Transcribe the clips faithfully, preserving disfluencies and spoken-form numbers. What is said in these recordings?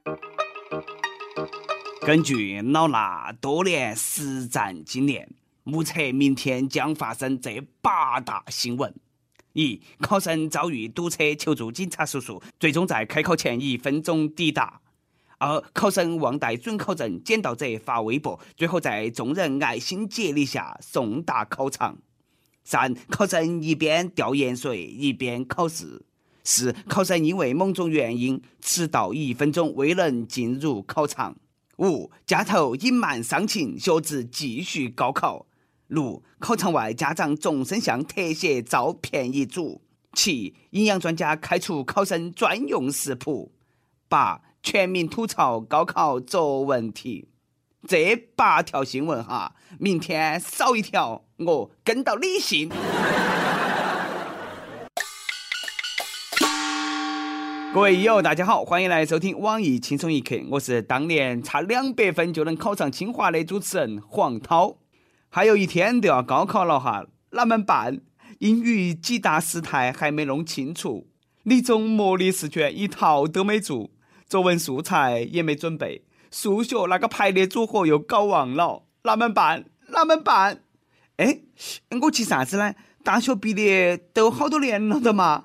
根据老衲多年实战经验，目测明天将发生这八大新闻：一、考生遭遇堵车求助警察叔叔，最终在开考前一分钟抵达；二、考生忘带准考证，捡到者发微博，最后在众人爱心接力下送达考场；三、考生一边吊盐水一边考试；四、考生因为某种原因迟到一分钟，未能进入考场；五、家头隐瞒伤情，学子继续高考；六、考场外家长众生相特写照片一组；七、营养专家开出考生专用食谱；八、全民吐槽高考作文题。这八条新闻哈，明天少一条，我跟到你信。各位友，大家好，欢迎来收听网易轻松一刻，我是当年差两百分就能考上清华的主持人黄涛。还有一天都要高考了哈，那么办？英语几大时态还没弄清楚，理综模拟试卷一套都没做，作文素材也没准备，数学那个排列组合又搞忘了，那么办？那么办？哎，我急啥子呢？大学毕业都好多年了的嘛。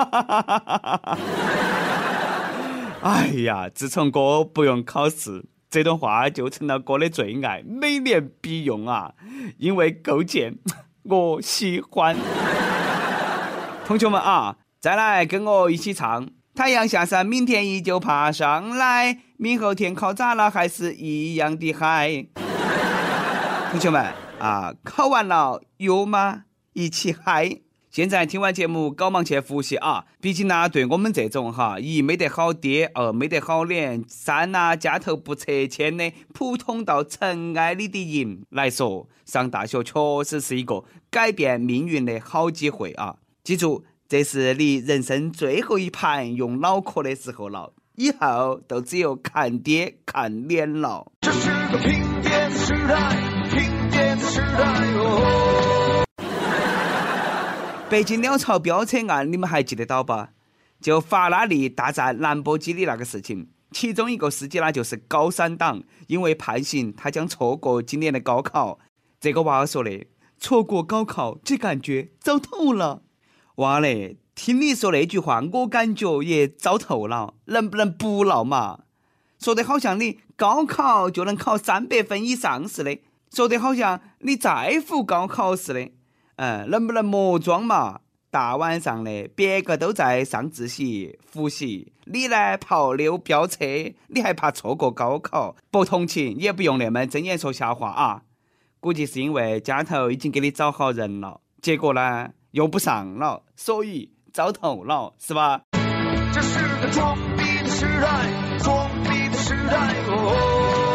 哎呀，自从哥不用考试，这段话就成了哥的最爱，每年必用啊，因为够贱，我喜欢。同学们啊，再来跟我一起唱：太阳下山，明天依旧爬上来，明后天考砸了，还是一样的嗨。同学们啊，考完了有吗？一起嗨！现在听完节目，赶忙去复习啊！毕竟呢，对我们这种哈，一没得好爹，二没得好脸，三呐家头不拆迁的普通到尘埃里的人来说，上大学确实是一个改变命运的好机会啊！记住，这是你人生最后一盘用脑壳的时候了，以后都只有看爹看脸了。 这是个贫贱时代，贫贱时代哦。 北京鸟巢飙车案你们还记得到吧？就法拉利大战兰博基尼那个事情，其中一个司机呢就是高三党，因为判刑他将错过今年的高考。这个娃说的，错过高考这感觉糟透了。娃嘞，听你说那句话，我感觉也糟透了，能不能不闹嘛？说的好像你高考就能考三百分以上似的，说的好像你在乎高考似的。嗯，能不能莫装嘛？大晚上的，别个都在上自习、复习，你呢泡妞飙车，你还怕错过高考？不同情也不用那么睁眼说瞎话啊！估计是因为家头已经给你找好人了，结果呢用不上了，所以糟透了，是吧？ 这是个装逼的时代，装逼的时代哦。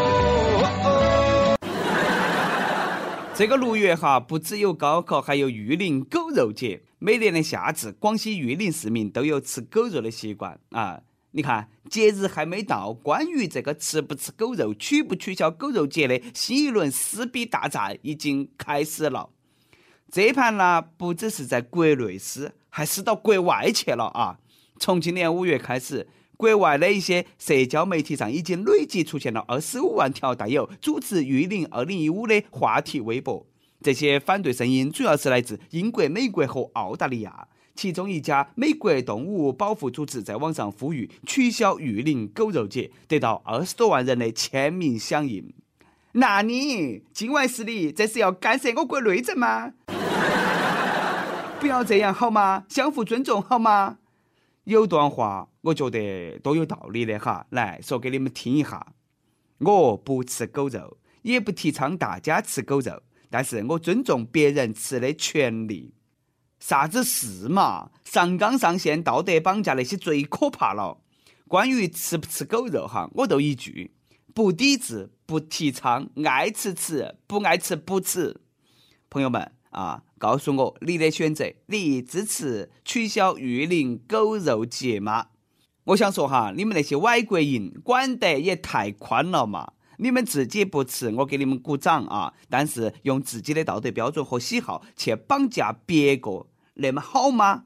这个六月哈，不只有高考，还有玉林狗肉节。每年的夏至，广西玉林市民都有吃狗肉的习惯啊。你看，节日还没到，关于这个吃不吃狗肉、取不取消狗肉节的新一轮撕逼大战已经开始了。这盘呢，不只是在国内撕，还撕到国外去了啊！从今年五月开始，国外的一些社交媒体上已经累计出现了二十五万条带有主持玉林二零一五的话题微博。这些反对声音主要是来自英国、美国和澳大利亚。其中一家美国动物保护组织在网上呼吁取消玉林狗肉节，得到二十多万人的签名响应。那你境外势力这是要干涉我国内政吗？不要这样好吗？相互尊重好吗？有段话我觉得多有道理的哈，来说给你们听一下。我不吃狗肉，也不提倡大家吃狗肉，但是我尊重别人吃的权利。啥子事嘛？上纲上线、道德绑架那些最可怕了。关于吃不吃狗肉哈，我就一句：不抵制，不提倡，爱吃吃，不爱吃不吃。朋友们啊，告诉我你的选择，你支持取消玉林狗肉节吗？我想说哈，你们那些外国人管得也太宽了嘛！你们自己不吃，我给你们鼓掌啊！但是用自己的道德标准和喜好去绑架别个，那么好吗？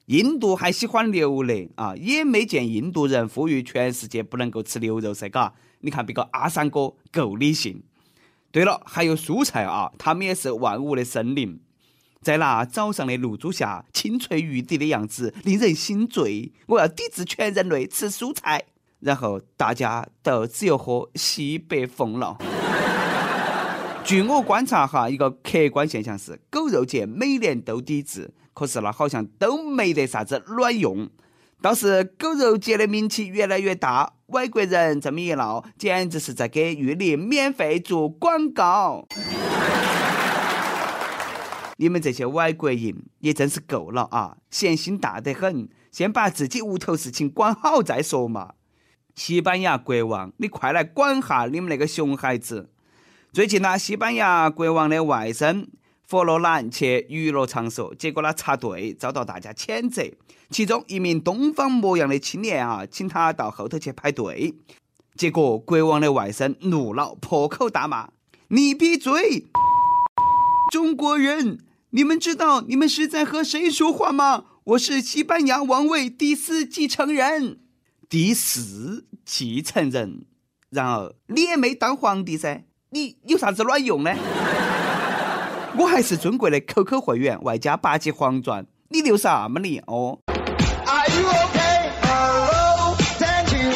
印度还喜欢牛呢啊，也没见印度人呼吁全世界不能够吃牛肉噻，嘎。你看别个阿三哥够理性。对了，还有蔬菜啊，它们也是万物的生灵。在那早上的露珠下，青翠欲滴的样子令人心醉。我要抵制全人类吃蔬菜，然后大家都只有喝西北风了。据我观察哈，一个客观现象是，狗肉节每年都抵制，可是呢，好像都没得啥子卵用。倒是狗肉节的名气越来越大，外国人这么一闹，简直是在给玉林免费做广告。你们这些外国人也真是够了啊，闲心大得很，先把自己屋头事情管好再说嘛。西班牙国王，你快来管下你们那个熊孩子。最近呢，西班牙国王的外甥佛罗兰去娱乐场所，结果他插队遭到大家谴责。其中一名东方模样的青年啊，请他到后头去排队，结果国王的外甥怒了，破口大骂：“你闭嘴！中国人，你们知道你们是在和谁说话吗？我是西班牙王位第四继承人。”第四继承人，然而你也没当皇帝噻，你有啥子卵用呢？我还是中国的 Q Q 会员，外加八级黄钻，你留啥么你哦？ Are you okay? Hello, thank you.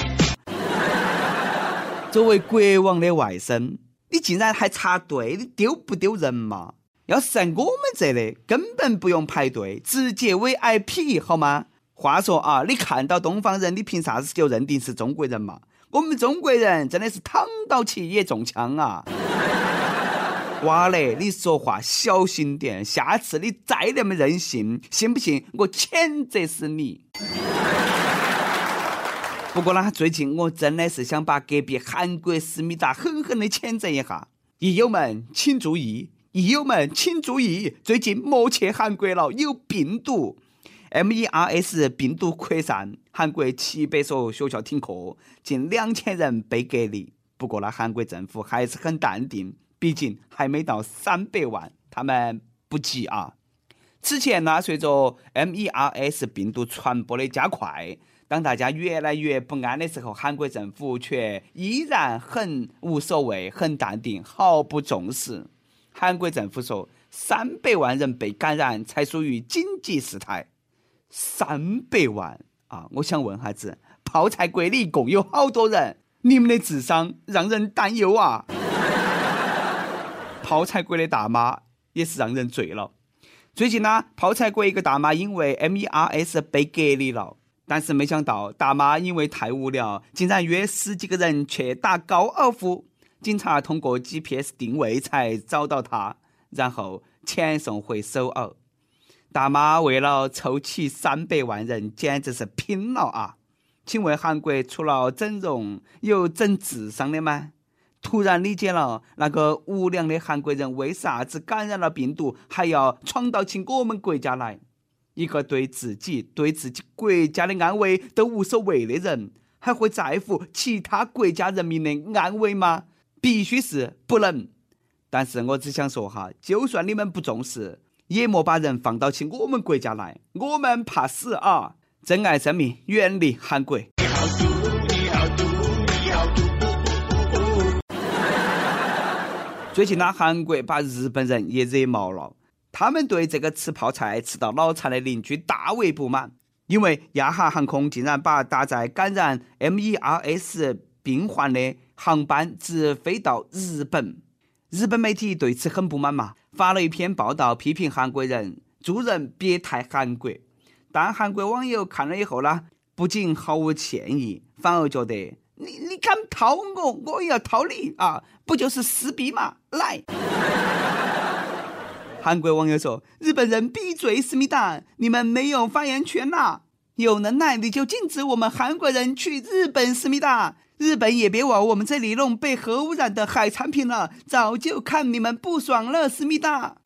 作为国王的外甥，你竟然还插队，你丢不丢人嘛？要是在我们这里，根本不用排队，直接 V I P 好吗？话说啊，你看到东方人，你凭啥子就认定是中国人嘛？我们中国人真的是躺到起也中枪啊！娃嘞，你说话小心点，下次你再那么任性，信不信我谴责死你？不过呢，最近我真的是想把隔壁韩国思密达狠狠的谴责一下。益友们请注意，益友们请注意，最近莫去韩国了，有病毒。M E R S 病毒扩散，韩国七百所学校停课，近两千人被隔离。不过呢，韩国政府还是很淡定，毕竟还没到三百万，他们不急啊。此前呢，随着 M E R S 病毒传播的加快，当大家越来越不安的时候，韩国政府却依然很无所谓，很淡定，毫不重视。韩国政府说，三百万人被感染才属于紧急事态。三百万啊！我想问下子，泡菜国里一共有好多人？你们的智商让人担忧啊！泡菜国的大妈也是让人醉了。最近呢，泡菜国一个大妈因为 M E R S 被隔离了，但是没想到大妈因为太无聊，竟然约十几个人去打高尔夫。警察通过 G P S 定位才找到她，然后遣送回首尔。大妈为了凑齐三百万人，简直是拼了啊！请问韩国除了整容，有整智商的吗？突然理解了那个无良的韩国人为啥子感染了病毒还要闯到起我们国家来。一个对自己对自己国家的安危都无所谓的人，还会在乎其他国家人民的安危吗？必须是不能。但是我只想说哈，就算你们不重视，也莫把人放到起我们国家来，我们怕死啊！珍爱生命，远离韩国。最近呢，韩国把日本人也惹毛了，他们对这个吃泡菜吃到脑残的邻居大为不满，因为亚哈航空竟然把搭载感染 M E R S 病患的航班直飞到日本。日本媒体对此很不满嘛，发了一篇报道批评韩国人助人别太韩国。但韩国网友看了以后呢，不仅毫无歉意，反而觉得你你敢掏我，我也要掏你啊，不就是撕逼嘛？来！韩国网友说：“日本人闭嘴，思密达，你们没有发言权呐！有能耐你就禁止我们韩国人去日本，思密达。日本也别往我们这里弄被核污染的海产品了，早就看你们不爽了，思密达。”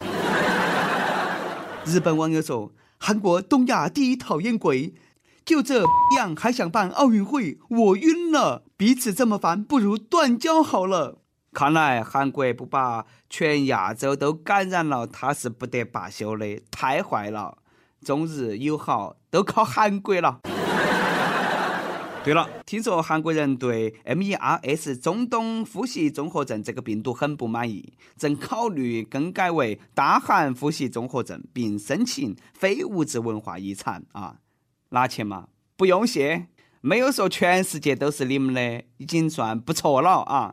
日本网友说：“韩国东亚第一讨厌鬼，就这样还想办奥运会，我晕了！彼此这么烦，不如断交好了。”看来韩国不把全亚洲都感染了，他是不得罢休的，太坏了。 中日友好都靠韩国了。对了，听说韩国人对 M E R S 中东呼吸综合症这个病毒很不满意，正考虑更改为大韩呼吸综合症，并申请非物质文化遗产啊！拿钱吗？不用谢，没有说全世界都是你们的，已经算不错了啊！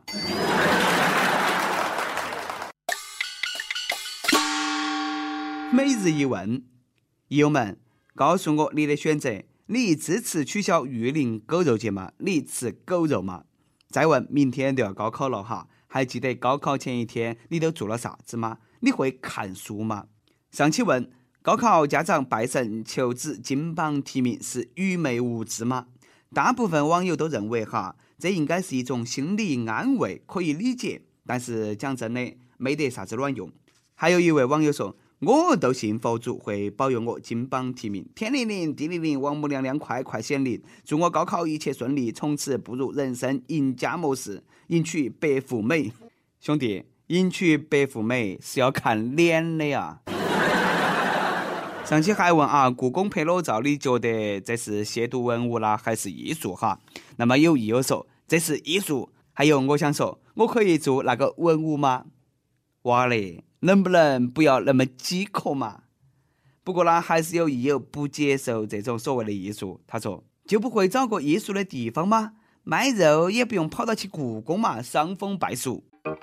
每日一问，益友们，告诉我你的选择。你支持取消玉林狗肉节吗？你吃狗肉吗？再问，明天都要高考了哈，还记得高考前一天你都做了啥子吗？你会看书吗？上期问，高考家长拜神求子金榜题名是愚昧无知吗？大部分网友都认为哈，这应该是一种心理安慰，可以理解，但是讲真的，没得啥子卵用。还有一位网友说，我都信佛祖会保佑我金榜题名，天灵灵地灵灵，王母娘娘快快显灵，祝我高考一切顺利，从此步入人生赢家模式，迎娶白富美。兄弟，迎娶白富美是要看脸的呀。上期还问啊，故宫拍裸照，你觉得这是亵渎文物啦，还是艺术哈？那么有益友说这是艺术，还有我想说，我可以做那个文物吗？哇嘞！能不能不要那么饥渴嘛？不过呢，还是有益友不接受这种所谓的艺术。他说，就不会找个艺术的地方吗？卖肉也不用跑到去故宫嘛，伤风败俗。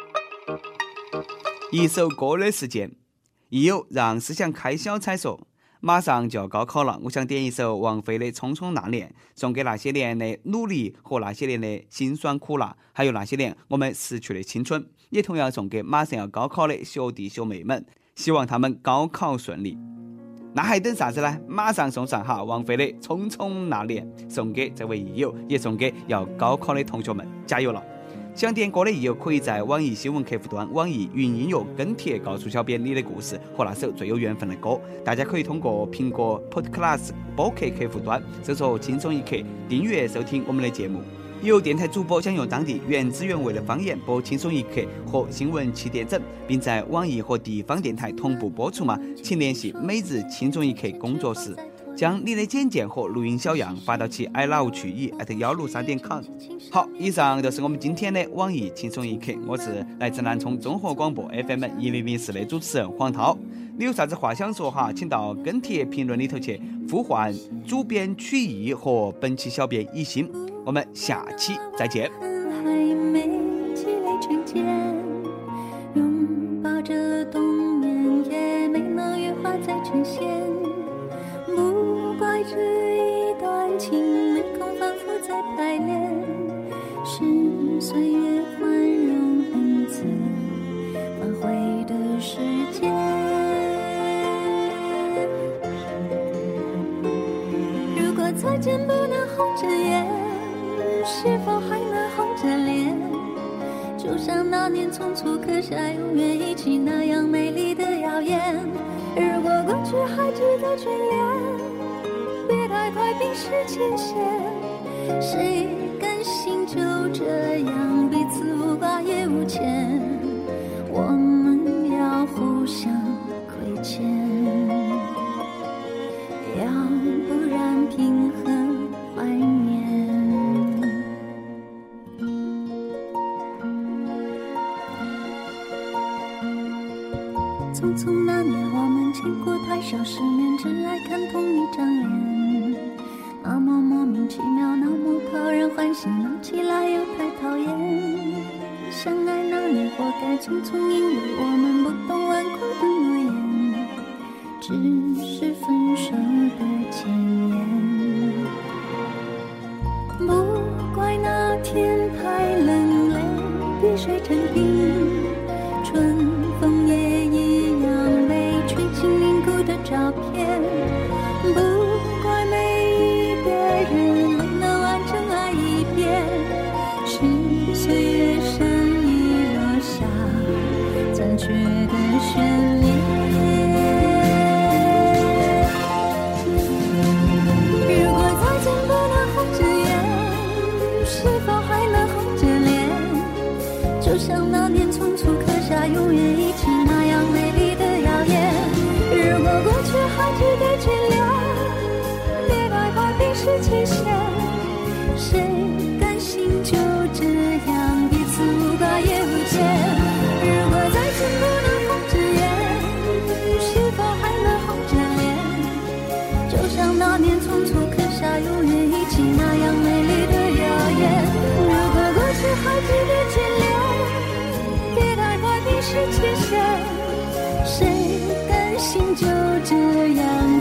一首歌的时间，益友让思想开小差说，马上就要高考了，我想点一首王菲的《匆匆那年》，送给那些年的努力和那些年的辛酸苦辣，还有那些年我们失去的青春，也同样送给马上要高考的学弟学妹们，希望他们高考顺利。那还等啥子呢？马上送上哈王菲的《匆匆那年》，送给这位益友，也送给要高考的同学们，加油了！想点歌的益友可以在网易新闻客户端、网易云音乐跟帖告诉小编你的故事和那首最有缘分的歌。大家可以通过苹果 Podcast 播客客户端搜索轻松一刻，订阅收听我们的节目。有电台主播想用当地原汁原味的方言播轻松一刻和新闻七点整，并在网易和地方电台同步播出吗？请联系每日轻松一刻工作室，将你的简介和录音小样发到其 i love 曲艺 at 一六三点 com。 好，以上就是我们今天的网易轻松一刻，我是来自南充综合广播 F M 一零零四的主持人黄涛。你有啥子话想说哈，请到跟帖评论里头去呼唤主编曲艺和本期小编一心。我们下期再见。 还没积累成茧，拥抱着冬眠，也没能羽化再成仙。不怪这一段情，没空反复再排练，是岁月宽容恩赐挽回的时间。如果再见不能红着眼，是否还能红着脸？就像那年匆促刻下永远一起那样美丽的谣言。如果过去还值得眷恋，别太快冰释前嫌。谁甘心就这样彼此无挂也无牵？我们要互相亏欠，要不然凭何怀念？匆匆那年，我们见过太少世面，只爱看同一张脸。那么莫名其妙，那么讨人欢喜，闹起来又太讨厌。相爱那年，活该匆匆，因为我们不懂顽固的诺言，只是分手的前言。不怪那天太冷，泪滴水成冰，春风也一样被吹进凝固的照片。不怪每一个人未能完整爱一遍，是岁月善意落下残缺的悬念。如果再见不能红着眼，是否还能红着脸？就像那年匆促刻下永远一起那样美丽的谣言。如果过去还值得眷恋， 就这样